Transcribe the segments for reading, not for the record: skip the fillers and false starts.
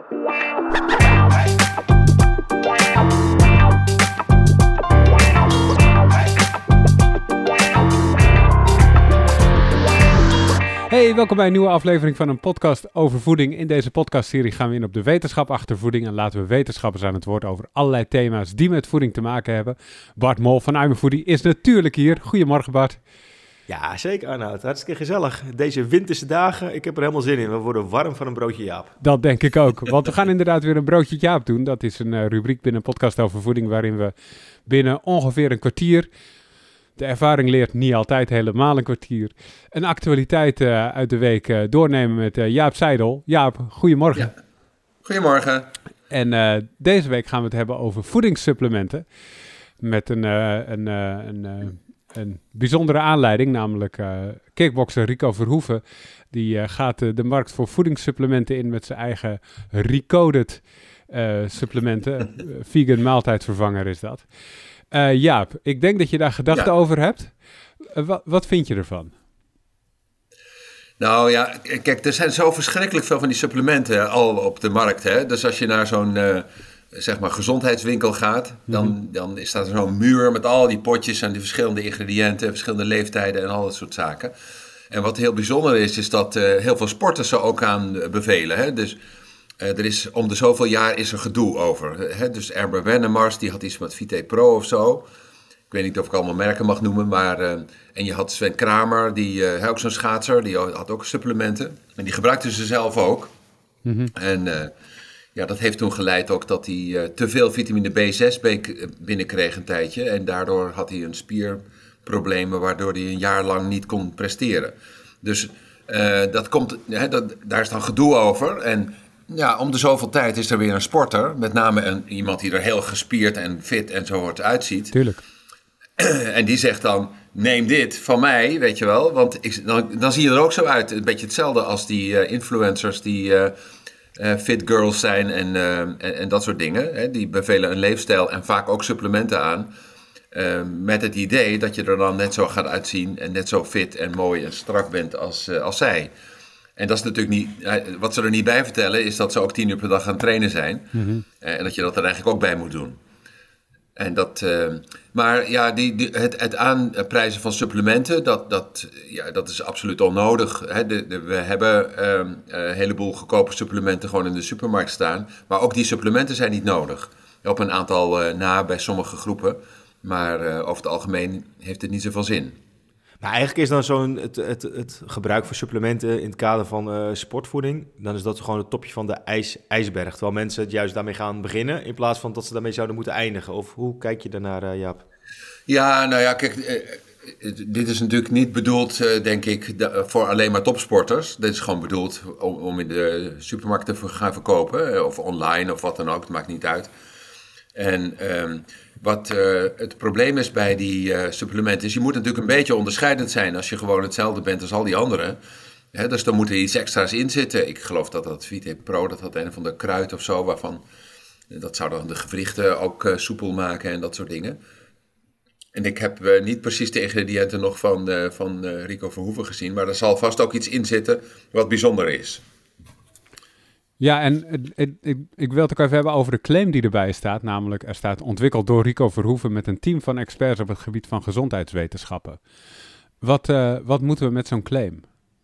Hey, welkom bij een nieuwe aflevering van een podcast over voeding. In deze podcastserie gaan we in op de wetenschap achter voeding en laten we wetenschappers aan het woord over allerlei thema's die met voeding te maken hebben. Bart Mol van I'm a Foodie is natuurlijk hier. Goedemorgen Bart. Ja, zeker Arnoud. Hartstikke gezellig. Deze winterse dagen, ik heb er helemaal zin in. We worden warm van een broodje Jaap. Dat denk ik ook, want we gaan inderdaad weer een broodje Jaap doen. Dat is een rubriek binnen een podcast over voeding waarin we binnen ongeveer een kwartier... De ervaring leert niet altijd helemaal een kwartier. Een actualiteit uit de week doornemen met Jaap Seidel. Jaap, goedemorgen. Ja. Goedemorgen. En deze week gaan we het hebben over voedingssupplementen. Met een bijzondere aanleiding, namelijk kickbokser Rico Verhoeven. Die gaat de markt voor voedingssupplementen in met zijn eigen Recoded supplementen. Vegan maaltijdvervanger is dat. Jaap, ik denk dat je daar gedachten over hebt. Wat vind je ervan? Nou ja, kijk, er zijn zo verschrikkelijk veel van die supplementen al op de markt. Hè? Dus als je naar zo'n zeg maar gezondheidswinkel gaat, dan staat er zo'n muur met al die potjes en die verschillende ingrediënten, verschillende leeftijden en al dat soort zaken. En wat heel bijzonder is dat heel veel sporters ze ook aan bevelen. Hè? Dus er is om de zoveel jaar is er gedoe over. Hè? Dus Amber Wennemars, die had iets met Vitae Pro of zo. Ik weet niet of ik allemaal merken mag noemen, maar... en je had Sven Kramer, die ook zo'n schaatser, die had ook supplementen. En die gebruikte ze zelf ook. Mm-hmm. En dat heeft toen geleid ook dat hij te veel vitamine B6 binnenkreeg een tijdje. En daardoor had hij een spierproblemen, waardoor hij een jaar lang niet kon presteren. Dus dat komt, daar is dan gedoe over. En ja, om de zoveel tijd is er weer een sporter, met name iemand die er heel gespierd en fit en zo uitziet. Tuurlijk. En die zegt dan, neem dit van mij, weet je wel. Want dan zie je er ook zo uit. Een beetje hetzelfde als die influencers die fit girls zijn en dat soort dingen. Hè. Die bevelen een leefstijl en vaak ook supplementen aan. Met het idee dat je er dan net zo gaat uitzien en net zo fit en mooi en strak bent als zij. En dat is natuurlijk niet... Wat ze er niet bij vertellen is dat ze ook 10 uur per dag gaan trainen zijn. Mm-hmm. En dat je dat er eigenlijk ook bij moet doen. En maar ja, het aanprijzen van supplementen, dat is absoluut onnodig. Hè. We hebben een heleboel goedkope supplementen gewoon in de supermarkt staan. Maar ook die supplementen zijn niet nodig. Op een aantal bij sommige groepen. Maar over het algemeen heeft het niet zoveel zin. Maar eigenlijk is dan het gebruik van supplementen in het kader van sportvoeding, dan is dat gewoon het topje van de ijsberg. Terwijl mensen het juist daarmee gaan beginnen, in plaats van dat ze daarmee zouden moeten eindigen. Of hoe kijk je daarnaar, Jaap? Ja, nou ja, kijk, dit is natuurlijk niet bedoeld, denk ik, voor alleen maar topsporters. Dit is gewoon bedoeld om in de supermarkt te gaan verkopen, of online of wat dan ook, het maakt niet uit. En wat het probleem is bij die supplementen is, je moet natuurlijk een beetje onderscheidend zijn als je gewoon hetzelfde bent als al die anderen. Hè, dus dan moet er iets extra's in zitten. Ik geloof dat Vitae Pro, dat had een van de kruid of zo, waarvan dat zou dan de gewrichten ook soepel maken en dat soort dingen. En ik heb niet precies de ingrediënten nog van Rico Verhoeven gezien, maar er zal vast ook iets in zitten wat bijzonder is. Ja, en ik wil het ook even hebben over de claim die erbij staat. Namelijk, er staat ontwikkeld door Rico Verhoeven met een team van experts op het gebied van gezondheidswetenschappen. Wat moeten we met zo'n claim?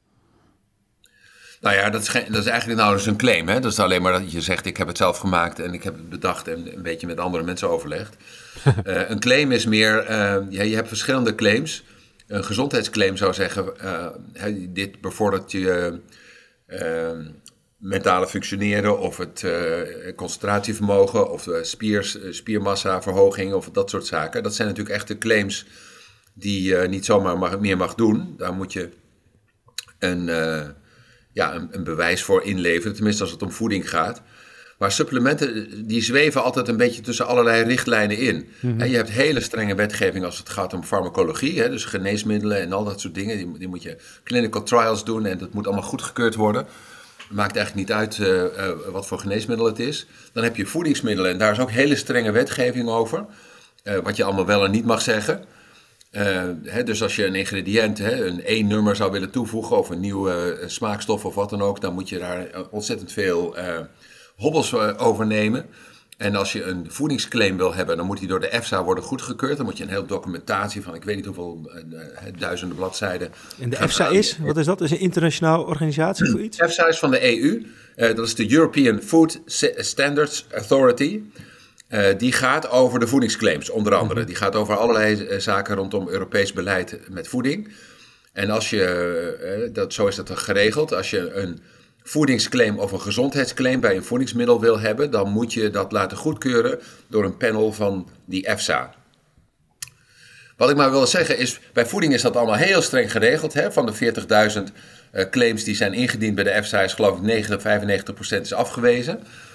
Nou ja, dat is eigenlijk nauwelijks een claim. Hè? Dat is alleen maar dat je zegt, ik heb het zelf gemaakt en ik heb het bedacht en een beetje met andere mensen overlegd. Een claim is meer, je hebt verschillende claims. Een gezondheidsclaim zou zeggen, dit bevordert je mentale functioneren of het concentratievermogen of spiermassaverhoging of dat soort zaken. Dat zijn natuurlijk echte claims die je niet zomaar meer mag doen. Daar moet je een bewijs voor inleveren, tenminste als het om voeding gaat. Maar supplementen, die zweven altijd een beetje tussen allerlei richtlijnen in. Mm-hmm. Je hebt hele strenge wetgeving als het gaat om farmacologie, dus geneesmiddelen en al dat soort dingen. Die moet je clinical trials doen en dat moet allemaal goedgekeurd worden. Het maakt eigenlijk niet uit wat voor geneesmiddel het is. Dan heb je voedingsmiddelen en daar is ook hele strenge wetgeving over. Wat je allemaal wel en niet mag zeggen. Dus als je een ingrediënt, een E-nummer zou willen toevoegen of een nieuwe smaakstof of wat dan ook, dan moet je daar ontzettend veel hobbels overnemen. En als je een voedingsclaim wil hebben, dan moet die door de EFSA worden goedgekeurd. Dan moet je een hele documentatie van, ik weet niet hoeveel, duizenden bladzijden. En de EFSA is, wat is dat? Dat is een internationale organisatie voor iets? EFSA is van de EU. Dat is de European Food Standards Authority. Die gaat over de voedingsclaims, onder andere. Die gaat over allerlei zaken rondom Europees beleid met voeding. En als je, zo is dat geregeld, als je een voedingsclaim of een gezondheidsclaim bij een voedingsmiddel wil hebben, dan moet je dat laten goedkeuren door een panel van die EFSA. Wat ik maar wil zeggen is, bij voeding is dat allemaal heel streng geregeld. Hè? Van de 40.000 claims die zijn ingediend bij de EFSA is geloof ik 95% is afgewezen.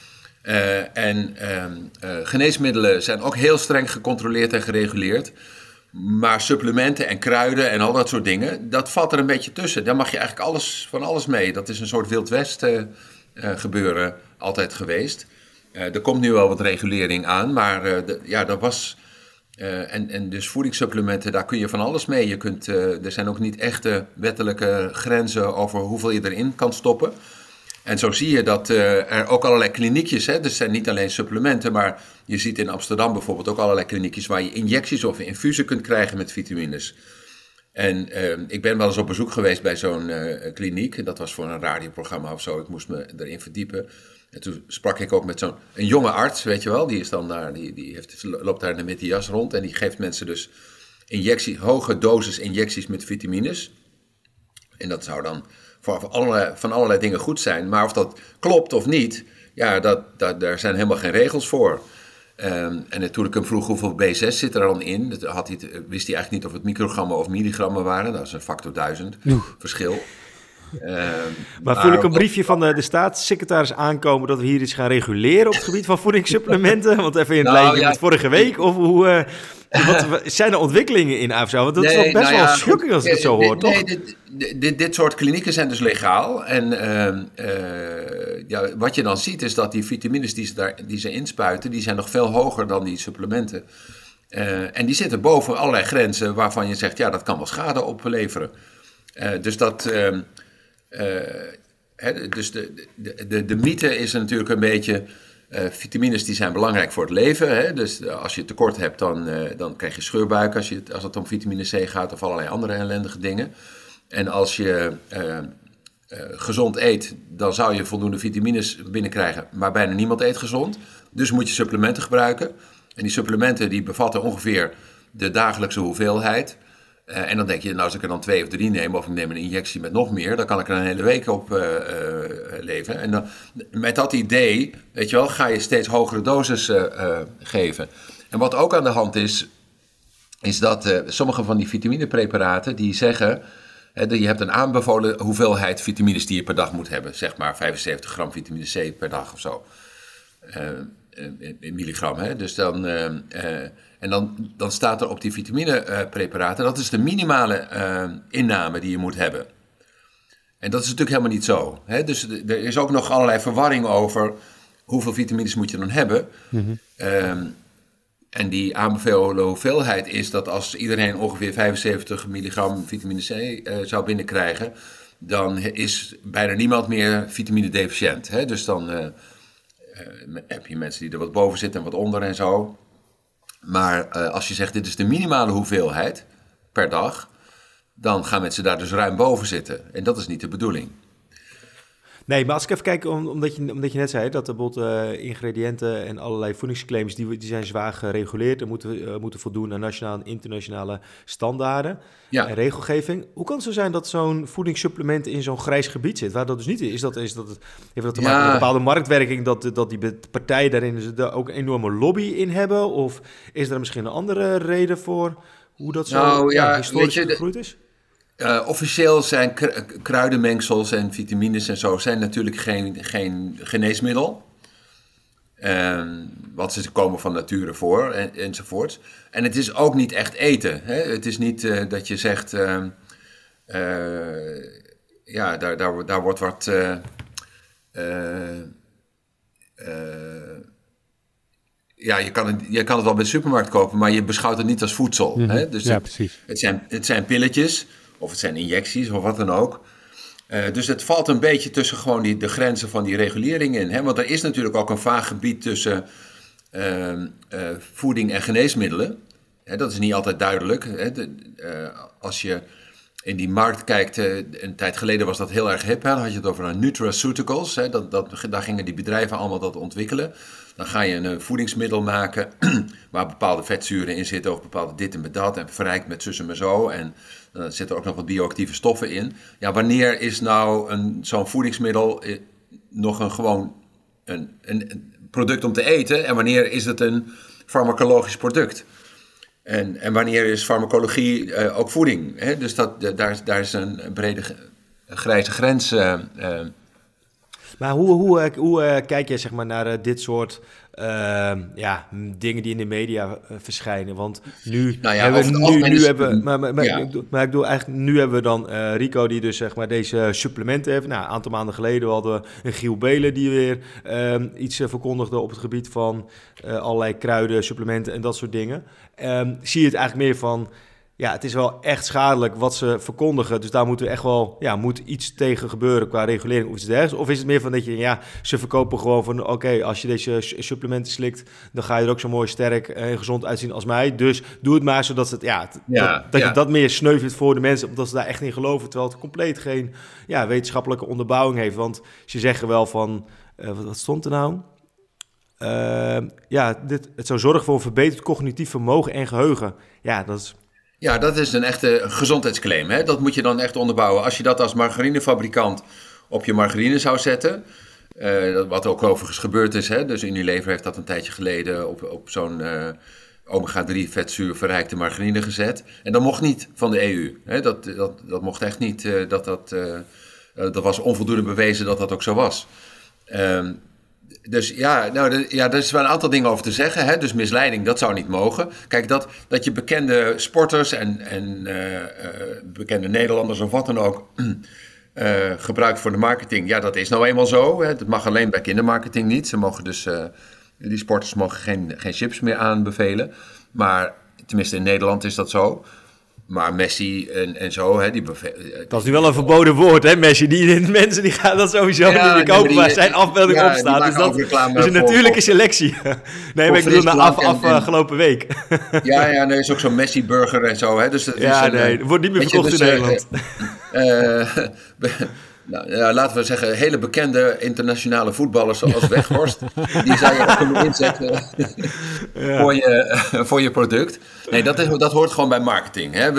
Geneesmiddelen zijn ook heel streng gecontroleerd en gereguleerd. Maar supplementen en kruiden en al dat soort dingen, dat valt er een beetje tussen. Daar mag je eigenlijk van alles mee. Dat is een soort Wild West gebeuren altijd geweest. Er komt nu wel wat regulering aan, maar dat was... En dus voedingssupplementen, daar kun je van alles mee. Er zijn ook niet echte wettelijke grenzen over hoeveel je erin kan stoppen. En zo zie je dat er ook allerlei kliniekjes, hè, dus zijn niet alleen supplementen, maar je ziet in Amsterdam bijvoorbeeld ook allerlei kliniekjes waar je injecties of infusen kunt krijgen met vitamines. En ik ben wel eens op bezoek geweest bij zo'n kliniek, dat was voor een radioprogramma of zo, ik moest me erin verdiepen. En toen sprak ik ook met een jonge arts, weet je wel, die is dan daar, loopt daar in de witte jas rond en die geeft mensen dus hoge dosis injecties met vitamines. En dat zou dan van allerlei dingen goed zijn. Maar of dat klopt of niet, ja, daar zijn helemaal geen regels voor. En toen ik hem vroeg hoeveel B6 zit er dan in, wist hij eigenlijk niet of het microgrammen of milligrammen waren. Dat is een factor 1000 verschil. Maar voel ik een briefje van de staatssecretaris aankomen dat we hier iets gaan reguleren op het gebied van voedingssupplementen? Want even in het lijntje met vorige week. Of hoe zijn er ontwikkelingen in AFSA? Want dat is toch best wel shocking als ik het zo hoor, toch? Dit soort klinieken zijn dus legaal. En wat je dan ziet is dat die vitamines die ze inspuiten, die zijn nog veel hoger dan die supplementen. En die zitten boven allerlei grenzen waarvan je zegt, ja, dat kan wel schade opleveren. Dus dat... Dus de mythe is natuurlijk een beetje... vitamines die zijn belangrijk voor het leven. Hè? Dus als je tekort hebt, dan krijg je scheurbuik als het om vitamine C gaat of allerlei andere ellendige dingen. En als je gezond eet, dan zou je voldoende vitamines binnenkrijgen. Maar bijna niemand eet gezond. Dus moet je supplementen gebruiken. En die supplementen die bevatten ongeveer de dagelijkse hoeveelheid. En dan denk je, nou als ik er dan 2 of 3 neem, of ik neem een injectie met nog meer, dan kan ik er een hele week op leven. En dan, met dat idee, weet je wel, ga je steeds hogere doses geven. En wat ook aan de hand is dat sommige van die vitaminepreparaten die zeggen, je hebt een aanbevolen hoeveelheid vitamines die je per dag moet hebben. Zeg maar 75 gram vitamine C per dag of zo. In milligram, hè. Dus dan... En dan staat er op die vitaminepreparaten, dat is de minimale inname die je moet hebben. En dat is natuurlijk helemaal niet zo. Hè? Dus er is ook nog allerlei verwarring over hoeveel vitamines moet je dan hebben. Mm-hmm. En die aanbevolen hoeveelheid is dat als iedereen ongeveer 75 milligram vitamine C zou binnenkrijgen, dan is bijna niemand meer vitamine deficiënt. Hè? Dus dan heb je mensen die er wat boven zitten en wat onder en zo. Maar als je zegt, dit is de minimale hoeveelheid per dag, dan gaan mensen daar dus ruim boven zitten. En dat is niet de bedoeling. Nee, maar als ik even kijk, omdat je net zei dat bijvoorbeeld ingrediënten en allerlei voedingsclaims, die zijn zwaar gereguleerd en moeten voldoen aan nationale en internationale standaarden en regelgeving. Hoe kan het zo zijn dat zo'n voedingssupplement in zo'n grijs gebied zit, waar dat dus niet is? Heeft dat te maken met een bepaalde marktwerking, dat die partijen daarin ook een enorme lobby in hebben? Of is er misschien een andere reden voor hoe dat zo historisch gegroeid is? Officieel zijn kruidenmengsels en vitamines en zo zijn natuurlijk geen geneesmiddel. Want ze komen van nature voor enzovoort. En het is ook niet echt eten. Hè? Het is niet dat je zegt, daar wordt wat... je kan het wel bij de supermarkt kopen, maar je beschouwt het niet als voedsel. Mm-hmm. Hè? Dus ja, precies. Het zijn pilletjes, of het zijn injecties, of wat dan ook. Dus het valt een beetje tussen gewoon de grenzen van die regulering in. Hè? Want er is natuurlijk ook een vaag gebied tussen voeding en geneesmiddelen. Dat is niet altijd duidelijk. Als je in die markt kijkt, een tijd geleden was dat heel erg hip. Hè? Dan had je het over nutraceuticals. Daar gingen die bedrijven allemaal dat ontwikkelen. Dan ga je een voedingsmiddel maken waar bepaalde vetzuren in zitten of bepaalde dit en dat en verrijkt met zus en maar zo. En dan zitten er ook nog wat bioactieve stoffen in. Ja, wanneer is nou zo'n voedingsmiddel nog een product om te eten en wanneer is het een farmacologisch product? En wanneer is farmacologie ook voeding? Hè? Dus daar is een brede grijze grens. Maar hoe kijk jij zeg maar, naar dit soort dingen die in de media verschijnen? Want nu hebben we dan Rico die dus zeg maar deze supplementen heeft. Nou, een aantal maanden geleden hadden we een Giel Belen die weer iets verkondigde op het gebied van allerlei kruiden, supplementen en dat soort dingen. Zie je het eigenlijk meer van... Ja, het is wel echt schadelijk wat ze verkondigen. Dus daar moeten we echt wel, moet iets tegen gebeuren qua regulering of iets dergelijks. Of is het meer van dat ze verkopen gewoon van... Oké, als je deze supplementen slikt, dan ga je er ook zo mooi sterk en gezond uitzien als mij. Dus doe het maar zodat het, je dat meer sneuvelt voor de mensen, omdat ze daar echt in geloven. Terwijl het compleet geen wetenschappelijke onderbouwing heeft. Want ze zeggen wel van, wat stond er nou? Het zou zorgen voor een verbeterd cognitief vermogen en geheugen. Ja, dat is... Ja, dat is een echte gezondheidsclaim. Hè? Dat moet je dan echt onderbouwen. Als je dat als margarinefabrikant op je margarine zou zetten... wat ook overigens gebeurd is. Hè? Dus Unilever heeft dat een tijdje geleden op zo'n omega-3 vetzuur verrijkte margarine gezet. En dat mocht niet van de EU. Hè? Dat mocht echt niet. Dat was onvoldoende bewezen dat dat ook zo was. Dus daar is wel een aantal dingen over te zeggen. Hè? Dus misleiding, dat zou niet mogen. Kijk, dat je bekende sporters en bekende Nederlanders of wat dan ook... gebruikt voor de marketing, dat is nou eenmaal zo. Hè? Dat mag alleen bij kindermarketing niet. Ze mogen dus, die sporters mogen geen chips meer aanbevelen. Maar tenminste in Nederland is dat zo. Maar Messi en zo, hè, dat is nu wel een verboden woord, hè, Messi. Mensen die gaan dat sowieso niet meer kopen waar zijn afbeelding op staat. Dus dat is een natuurlijke selectie. Nee, maar ik bedoel na afgelopen week. Er is ook zo'n Messi-burger en zo. Hè, dus dat het wordt niet meer verkocht in Nederland. Laten we zeggen, hele bekende internationale voetballers zoals Weghorst. Die zou je ook kunnen inzetten voor je product. Nee, dat hoort gewoon bij marketing. Hè?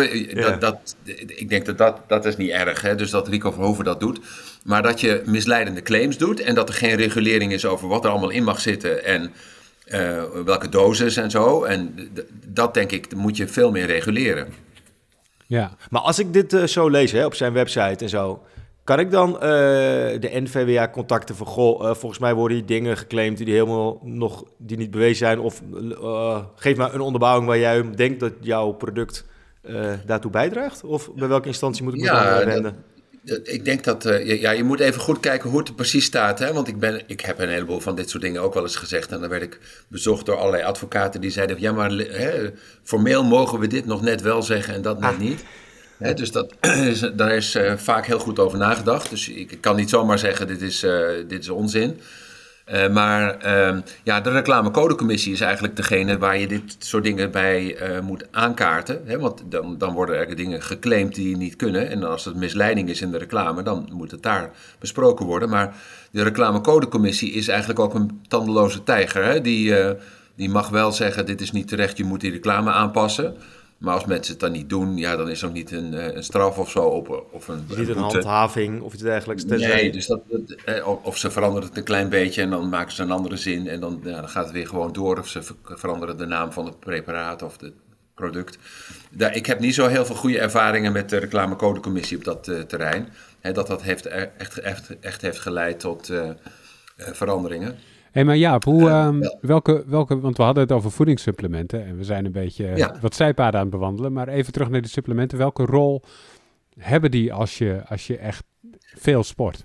Ik denk dat is niet erg. Hè? Dus dat Rico Verhoeven dat doet. Maar dat je misleidende claims doet en dat er geen regulering is over wat er allemaal in mag zitten en welke doses en zo. En dat denk ik, moet je veel meer reguleren. Ja. Maar als ik dit zo lees op zijn website en zo... Kan ik dan de NVWA contacten van... volgens mij worden die dingen geclaimd die niet bewezen zijn... of geef maar een onderbouwing waar jij denkt dat jouw product daartoe bijdraagt? Of bij welke instantie moet ik me dan wenden? Ik denk dat je moet even goed kijken hoe het er precies staat. Hè? Want ik heb een heleboel van dit soort dingen ook wel eens gezegd. En dan werd ik bezocht door allerlei advocaten die zeiden... formeel mogen we dit nog net wel zeggen en dat net niet... He, dus daar is vaak heel goed over nagedacht. Dus ik kan niet zomaar zeggen, dit is onzin. Maar de reclamecodecommissie is eigenlijk degene waar je dit soort dingen bij moet aankaarten. Hè? Want dan worden er dingen geclaimd die niet kunnen. En als het misleiding is in de reclame, dan moet het daar besproken worden. Maar de reclamecodecommissie is eigenlijk ook een tandeloze tijger. Hè? Die mag wel zeggen, dit is niet terecht, je moet die reclame aanpassen. Maar als mensen het dan niet doen, dan is er ook niet een straf of zo of een niet een handhaving of iets dergelijks. Nee, dus of ze veranderen het een klein beetje en dan maken ze een andere zin en dan gaat het weer gewoon door. Of ze veranderen de naam van het preparaat of het product. Ik heb niet zo heel veel goede ervaringen met de reclamecodecommissie op dat terrein. Dat echt heeft geleid tot veranderingen. Hé, maar Jaap, welke, want we hadden het over voedingssupplementen en we zijn een beetje wat zijpaden aan het bewandelen, maar even terug naar die supplementen. Welke rol hebben die als je echt veel sport?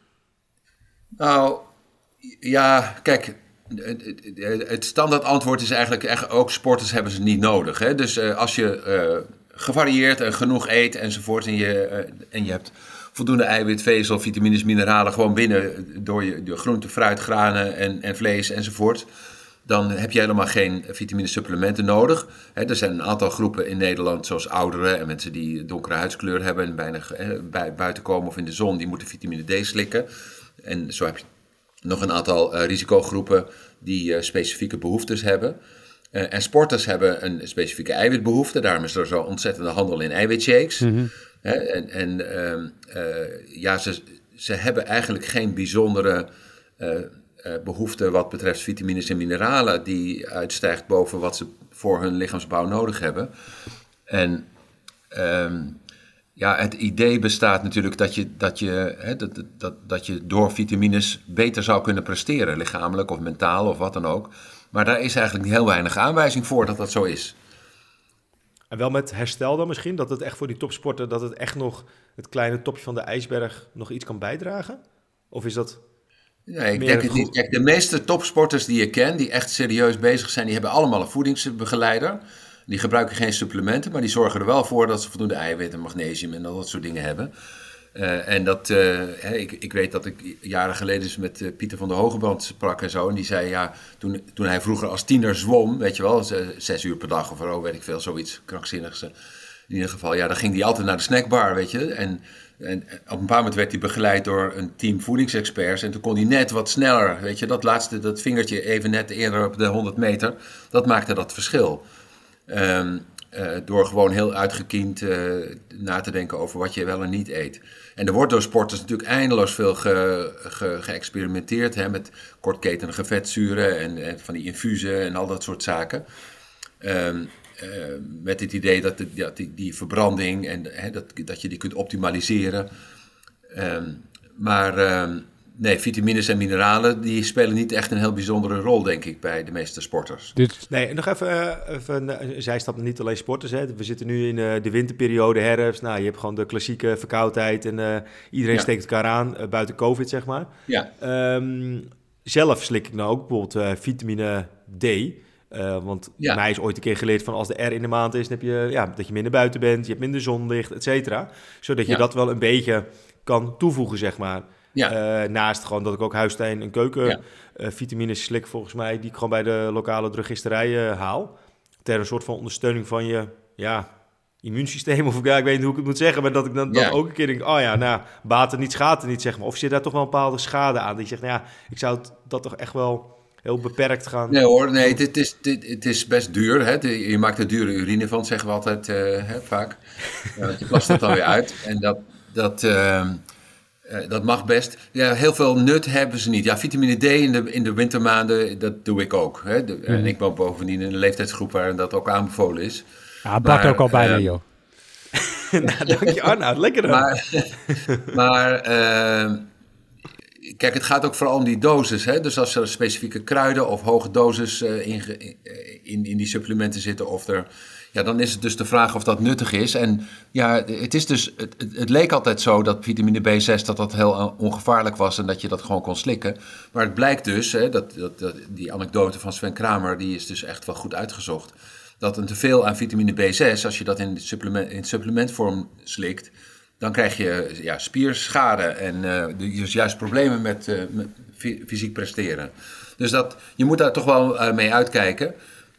Nou, ja, kijk, het standaard antwoord is eigenlijk ook sporters hebben ze niet nodig. Hè? Dus als je gevarieerd en genoeg eet enzovoort en je hebt voldoende eiwit, vezel, vitamines, mineralen gewoon binnen door je groente, fruit, granen en vlees enzovoort. Dan heb je helemaal geen vitaminesupplementen nodig. Er zijn een aantal groepen in Nederland, zoals ouderen en mensen die donkere huidskleur hebben en bijna buiten komen of in de zon, die moeten vitamine D slikken. En zo heb je nog een aantal risicogroepen die specifieke behoeftes hebben. En sporters hebben een specifieke eiwitbehoefte. Daarom is er zo ontzettende handel in eiwitshakes. Mm-hmm. Ze hebben eigenlijk geen bijzondere behoefte wat betreft vitamines en mineralen die uitstijgt boven wat ze voor hun lichaamsbouw nodig hebben. En het idee bestaat natuurlijk dat je door vitamines beter zou kunnen presteren, lichamelijk of mentaal of wat dan ook. Maar daar is eigenlijk heel weinig aanwijzing voor dat dat zo is. En wel met herstel dan misschien? Dat het echt voor die topsporter, dat het echt nog het kleine topje van de ijsberg nog iets kan bijdragen? Of is dat... Nee, ik denk het niet. Kijk, de meeste topsporters die je kent, die echt serieus bezig zijn, die hebben allemaal een voedingsbegeleider. Die gebruiken geen supplementen, maar die zorgen er wel voor dat ze voldoende eiwit en magnesium en dat soort dingen hebben. Ik weet dat ik jaren geleden eens met Pieter van der Hogeband sprak en zo. En die zei, toen hij vroeger als tiener zwom, weet je wel, 6 uur per dag of weet ik veel, zoiets krankzinnigs. In ieder geval, dan ging hij altijd naar de snackbar, weet je. En op een bepaald moment werd hij begeleid door een team voedingsexperts. En toen kon hij net wat sneller, weet je, dat vingertje even net eerder op de 100 meter. Dat maakte dat verschil. Door gewoon heel uitgekiend na te denken over wat je wel en niet eet. En er wordt door sporters natuurlijk eindeloos veel geëxperimenteerd met kortketenige vetzuren en van die infusen en al dat soort zaken. Met het idee dat die verbranding en dat je die kunt optimaliseren. Nee, vitamines en mineralen die spelen niet echt een heel bijzondere rol, denk ik, bij de meeste sporters. Nee, en nog even zij stappen niet alleen sporters. Hè. We zitten nu in de winterperiode, herfst. Nou, je hebt gewoon de klassieke verkoudheid en iedereen steekt elkaar aan, buiten COVID, zeg maar. Ja. Zelf slik ik nou ook bijvoorbeeld vitamine D. Want mij is ooit een keer geleerd van als de R in de maand is, dan heb je dat je minder buiten bent, je hebt minder zonlicht, et cetera. Zodat je dat wel een beetje kan toevoegen, zeg maar. Ja. Naast gewoon dat ik ook huistuin- en keuken vitamines slik, volgens mij, die ik gewoon bij de lokale drogisterij haal. Ter een soort van ondersteuning van je immuunsysteem. Of ik weet niet hoe ik het moet zeggen, maar dat ik dan ook een keer denk, baat het niet, schaadt het niet, zeg maar. Of zit daar toch wel een bepaalde schade aan? Die zegt, ik zou dat toch echt wel heel beperkt gaan... Nee hoor, het is best duur. Hè? Je maakt er dure urine van, zeggen we altijd vaak. Want je plast het dan weer uit. En dat mag best. Ja, heel veel nut hebben ze niet. Ja, vitamine D in de wintermaanden, dat doe ik ook. Hè? En ik ben bovendien in een leeftijdsgroep waar dat ook aanbevolen is. Ja, Bart ook al bijna, joh. Dank je, Arnoud. Lekker dan. Maar kijk, het gaat ook vooral om die dosis. Hè? Dus als er specifieke kruiden of hoge dosis in die supplementen zitten, dan is het dus de vraag of dat nuttig is. En het leek altijd zo dat vitamine B6 dat heel ongevaarlijk was en dat je dat gewoon kon slikken. Maar het blijkt dus, die anekdote van Sven Kramer, die is dus echt wel goed uitgezocht, dat een teveel aan vitamine B6, als je dat in supplementvorm slikt, dan krijg je spierschade en dus juist problemen met fysiek presteren. Dus je moet daar toch wel mee uitkijken.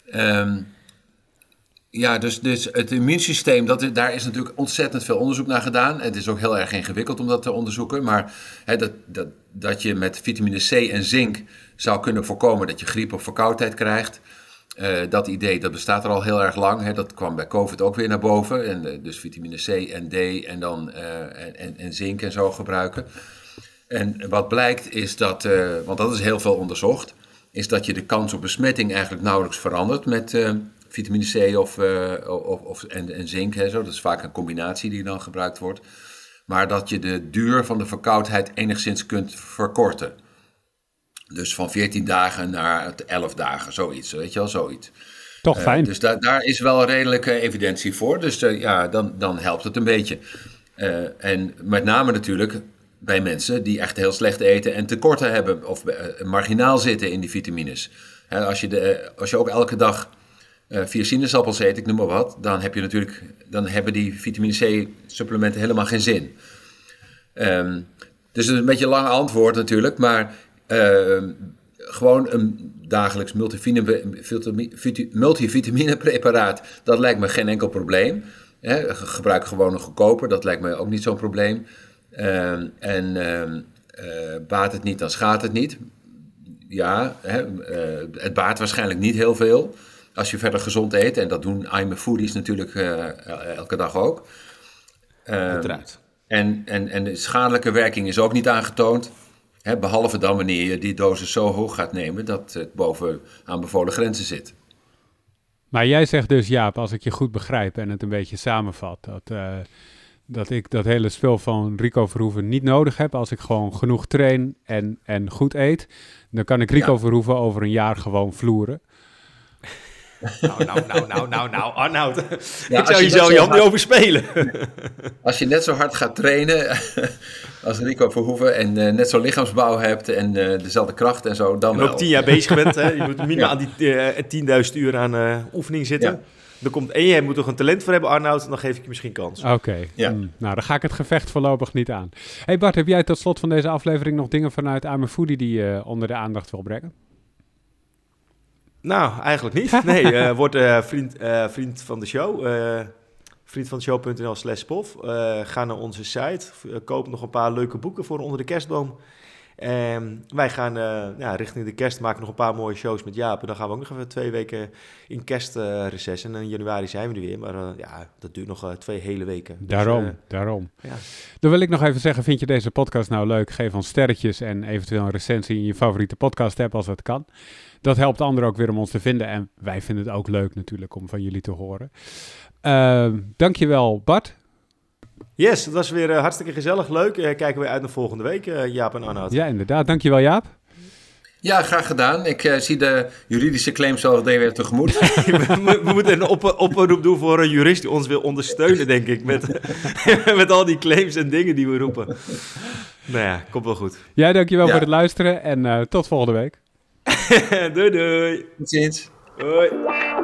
Dus het immuunsysteem, daar is natuurlijk ontzettend veel onderzoek naar gedaan. Het is ook heel erg ingewikkeld om dat te onderzoeken. Maar dat je met vitamine C en zink zou kunnen voorkomen dat je griep of verkoudheid krijgt. Dat idee, dat bestaat er al heel erg lang. Hè. Dat kwam bij COVID ook weer naar boven. En, dus vitamine C en D en dan en zink en zo gebruiken. En wat blijkt is dat, want dat is heel veel onderzocht, is dat je de kans op besmetting eigenlijk nauwelijks verandert met vitamine C en zink. Hè, zo. Dat is vaak een combinatie die dan gebruikt wordt. Maar dat je de duur van de verkoudheid enigszins kunt verkorten. Dus van 14 dagen naar 11 dagen, zoiets. Weet je wel, zoiets. Toch fijn. Dus daar is wel redelijke evidentie voor. Dus dan helpt het een beetje. En met name natuurlijk bij mensen die echt heel slecht eten en tekorten hebben of marginaal zitten in die vitamines. Als je ook elke dag 4 sinaasappels eet, ik noem maar wat, dan hebben die vitamine C supplementen helemaal geen zin. Dus het is een beetje een lang antwoord natuurlijk, maar gewoon een dagelijks multivitaminapreparaat, dat lijkt me geen enkel probleem. Gebruik gewoon een goedkoper, dat lijkt me ook niet zo'n probleem. Baat het niet, dan schaadt het niet. Ja, het baat waarschijnlijk niet heel veel als je verder gezond eet. En dat doen I'm a Foodies natuurlijk elke dag ook. Uiteraard. En de schadelijke werking is ook niet aangetoond. Behalve dan wanneer je die dosis zo hoog gaat nemen dat het boven aanbevolen grenzen zit. Maar jij zegt dus, Jaap, als ik je goed begrijp en het een beetje samenvat, dat ik dat hele spul van Rico Verhoeven niet nodig heb. Als ik gewoon genoeg train en goed eet, dan kan ik Rico Verhoeven over een jaar gewoon vloeren. Nou, Arnoud. Ik zou je zo Jan niet overspelen. Als je net zo hard gaat trainen als Rico Verhoeven en net zo'n lichaamsbouw hebt en dezelfde kracht en zo, dan en wel. ook 10 jaar bezig bent, hè? Je moet minimaal aan die 10.000 uur aan oefening zitten. Ja. Jij moet toch een talent voor hebben, Arnoud, dan geef ik je misschien kans. Oké. Nou, dan ga ik het gevecht voorlopig niet aan. Hey Bart, heb jij tot slot van deze aflevering nog dingen vanuit I'm a Foodie die je onder de aandacht wil brengen? Nou, eigenlijk niet. Nee, word vriend van de show. Vriendvandeshow.nl/pof. Ga naar onze site. Koop nog een paar leuke boeken voor onder de kerstboom. Wij gaan richting de kerst maken nog een paar mooie shows met Jaap. En dan gaan we ook nog even 2 weken in kerstreces. En in januari zijn we er weer. Maar dat duurt nog 2 hele weken. Daarom. Ja. Dan wil ik nog even zeggen, vind je deze podcast nou leuk? Geef ons sterretjes en eventueel een recensie in je favoriete podcast app als dat kan. Dat helpt anderen ook weer om ons te vinden. En wij vinden het ook leuk natuurlijk om van jullie te horen. Dankjewel Bart. Yes, het was weer hartstikke gezellig, leuk. Kijken we uit naar volgende week, Jaap en Arnoud. Ja, inderdaad. Dankjewel Jaap. Ja, graag gedaan. Ik zie de juridische claims zo weer tegemoet. we moeten een oproep doen voor een jurist die ons wil ondersteunen, denk ik. Met al die claims en dingen die we roepen. Nou ja, komt wel goed. Ja, dankjewel voor het luisteren en tot volgende week. Doei. Tot ziens. Hoi.